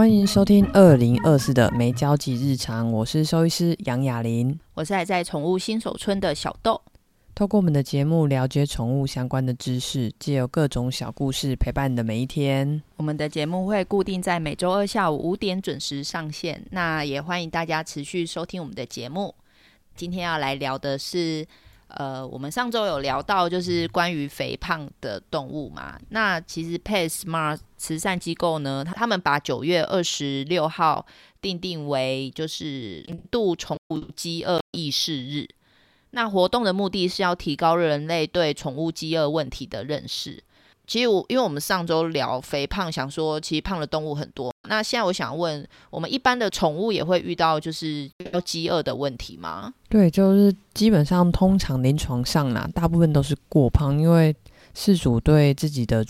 欢迎收听2024的没交集日常，我是兽医师杨雅琳， 我是还在宠物新手村的小豆。 透过我们的节目了解宠物相关的知识，藉由各种小故事陪伴你的每一天。 我们的节目会固定在每周二下午5点准时上线，那也欢迎大家持续收听我们的节目。今天要来聊的是我们上周有聊到就是关于肥胖的动物嘛，那其实 PetSmart 慈善机构呢，他们把9月26号定为就是年度宠物饥饿意识日。那活动的目的是要提高人类对宠物饥饿问题的认识。其实因为我们上周聊肥胖，想说其实胖的动物很多，那现在我想问，我们一般的宠物也会遇到就是饥饿的问题吗？ 对，就是基本上通常临床上啦，大部分都是过胖，因为饲主对自己的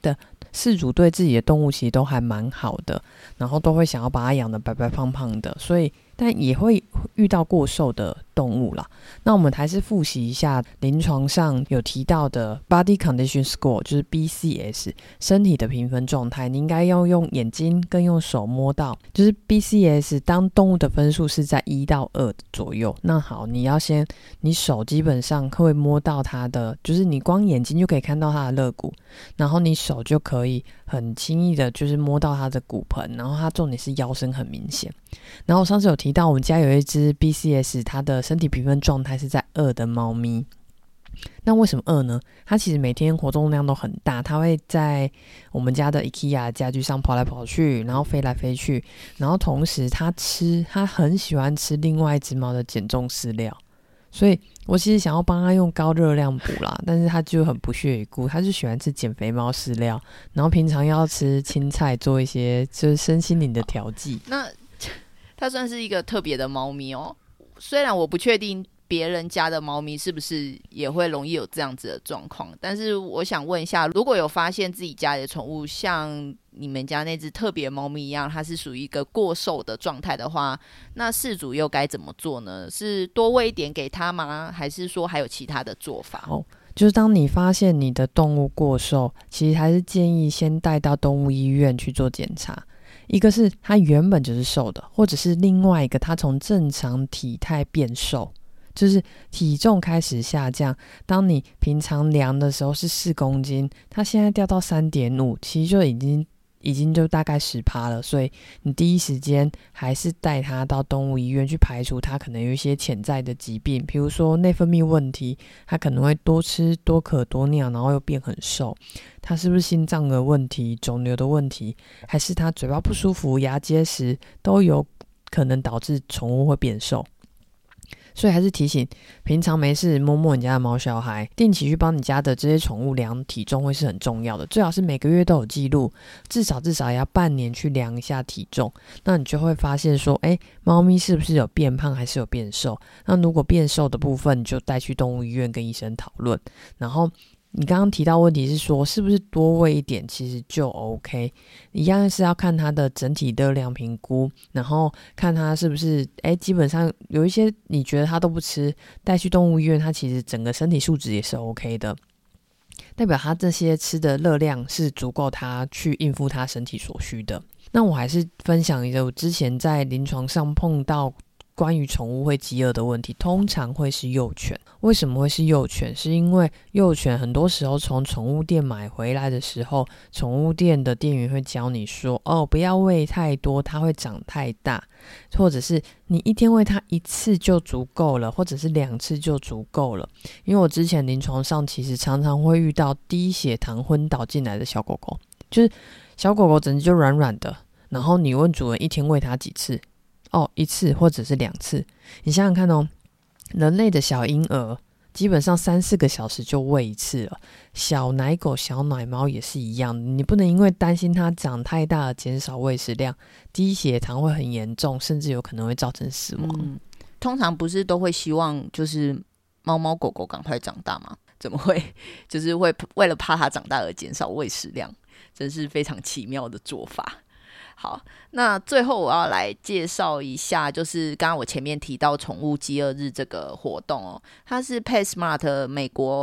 动物其实都还蛮好的，然后都会想要把它养得白白胖胖的，所以但也会遇到过瘦的动物啦。那我们还是复习一下临床上有提到的 Body Condition Score， 就是 BCS 身体的评分状态，你应该要用眼睛跟用手摸到，就是 BCS 当动物的分数是在1到2左右。那好，你手基本上会摸到它的，就是你光眼睛就可以看到它的肋骨，然后你手就可以很轻易的就是摸到它的骨盆，然后它重点是腰身很明显。然后我上次有提到我们家有一只 BCS 它的身体评分状态是在2的猫咪。那为什么2呢？它其实每天活动量都很大，它会在我们家的 IKEA 家具上跑来跑去，然后飞来飞去，然后同时它很喜欢吃另外一只猫的减重饲料，所以我其实想要帮它用高热量补啦，但是它就很不屑一顾，它就喜欢吃减肥猫饲料，然后平常要吃青菜，做一些就是身心灵的调剂。 那它算是一个特别的猫咪哦，虽然我不确定别人家的猫咪是不是也会容易有这样子的状况，但是我想问一下，如果有发现自己家里的宠物像你们家那只特别猫咪一样，它是属于一个过瘦的状态的话，那饲主又该怎么做呢？是多喂一点给它吗？还是说还有其他的做法？ 就是当你发现你的动物过瘦，其实还是建议先带到动物医院去做检查。一个是它原本就是瘦的，或者是另外一个它从正常体态变瘦，就是体重开始下降。当你平常量的时候是4公斤，它现在掉到 3.5， 其实就已经就大概 10% 了，所以你第一时间还是带它到动物医院去排除它可能有一些潜在的疾病，比如说内分泌问题，它可能会多吃多渴多尿，然后又变很瘦，它是不是心脏的问题、肿瘤的问题，还是它嘴巴不舒服、牙结石，都有可能导致宠物会变瘦。所以还是提醒，平常没事摸摸你家的毛小孩，定期去帮你家的这些宠物量体重会是很重要的，最好是每个月都有记录，至少也要半年去量一下体重，那你就会发现说，猫咪是不是有变胖还是有变瘦。那如果变瘦的部分，你就带去动物医院跟医生讨论。然后你刚刚提到问题是说是不是多喂一点其实就 OK， 一样是要看它的整体热量评估，然后看它是不是基本上有一些你觉得它都不吃，带去动物医院，它其实整个身体素质也是 OK 的，代表它这些吃的热量是足够它去应付它身体所需的。那我还是分享一个我之前在临床上碰到关于宠物会饥饿的问题，通常会是幼犬。为什么会是幼犬？是因为幼犬很多时候从宠物店买回来的时候，宠物店的店员会教你说，不要喂太多，它会长太大，或者是你一天喂它1次就足够了，或者是2次就足够了。因为我之前临床上其实常常会遇到低血糖昏倒进来的小狗狗，就是小狗狗整只就软软的，然后你问主人一天喂它几次，1次或者是2次。你想想看人类的小婴儿基本上3-4个小时就喂1次了，小奶狗小奶猫也是一样，你不能因为担心它长太大而减少喂食量，低血糖会很严重，甚至有可能会造成死亡。 通常不是都会希望就是猫猫狗狗赶快长大吗？怎么会就是会为了怕它长大而减少喂食量，真是非常奇妙的做法。好，那最后我要来介绍一下，就是刚刚我前面提到宠物饥饿日这个活动它是 PetSmart 美国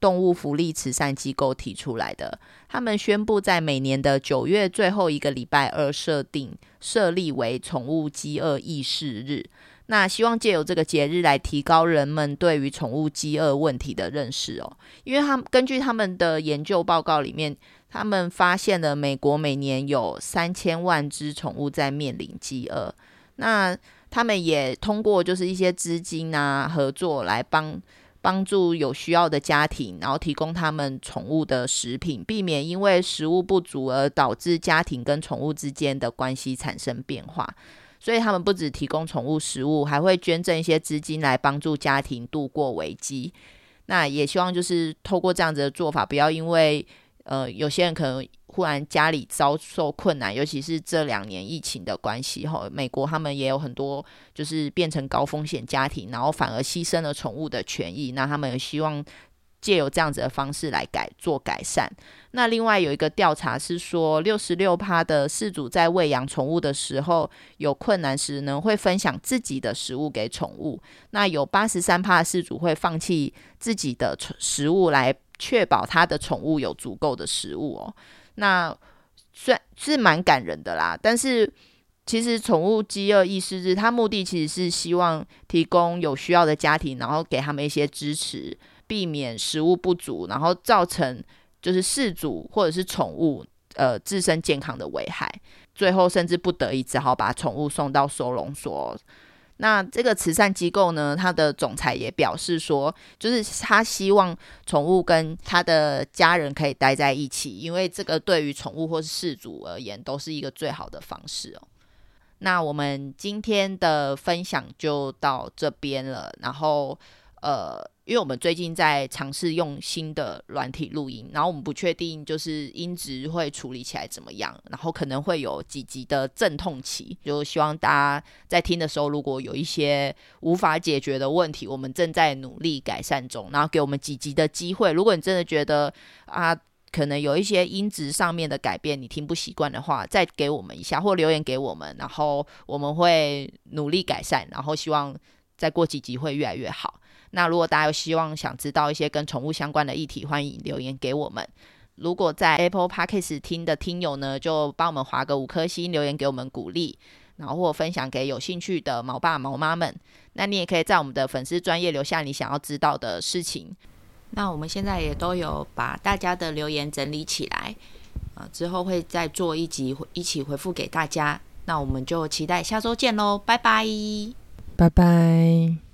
动物福利慈善机构提出来的。他们宣布在每年的9月最后一个礼拜二设立为宠物饥饿意识日，那希望借由这个节日来提高人们对于宠物饥饿问题的认识哦。因为根据他们的研究报告里面，他们发现了美国每年有3000万只宠物在面临饥饿，那他们也通过就是一些资金啊合作来帮助有需要的家庭，然后提供他们宠物的食品，避免因为食物不足而导致家庭跟宠物之间的关系产生变化。所以他们不只提供宠物食物，还会捐赠一些资金来帮助家庭度过危机。那也希望就是透过这样子的做法，不要因为有些人可能忽然家里遭受困难，尤其是这2年疫情的关系，美国他们也有很多就是变成高风险家庭，然后反而牺牲了宠物的权益。那他们也希望借由这样子的方式来做改善。那另外有一个调查是说 66% 的饲主在喂养宠物的时候有困难时呢，会分享自己的食物给宠物。那有 83% 的饲主会放弃自己的食物来确保他的宠物有足够的食物哦。那虽然是蛮感人的啦，但是其实宠物饥饿意识日它目的其实是希望提供有需要的家庭，然后给他们一些支持，避免食物不足，然后造成就是饲主或者是宠物自身健康的危害，最后甚至不得已只好把宠物送到收容所。那这个慈善机构呢，他的总裁也表示说，就是他希望宠物跟他的家人可以待在一起，因为这个对于宠物或是饲主而言都是一个最好的方式哦。那我们今天的分享就到这边了，然后因为我们最近在尝试用新的软体录音，然后我们不确定就是音质会处理起来怎么样，然后可能会有几集的阵痛期，就希望大家在听的时候如果有一些无法解决的问题，我们正在努力改善中，然后给我们几集的机会。如果你真的觉得可能有一些音质上面的改变你听不习惯的话，再给我们一下或留言给我们，然后我们会努力改善，然后希望再过几集会越来越好。那如果大家有希望想知道一些跟宠物相关的议题，欢迎留言给我们。如果在 Apple Podcast 听的听友呢，就帮我们划个5颗星，留言给我们鼓励，然后或分享给有兴趣的毛爸毛妈们。那你也可以在我们的粉丝专页留下你想要知道的事情。那我们现在也都有把大家的留言整理起来，之后会再做一集一起回复给大家。那我们就期待下周见咯，拜拜。 拜拜。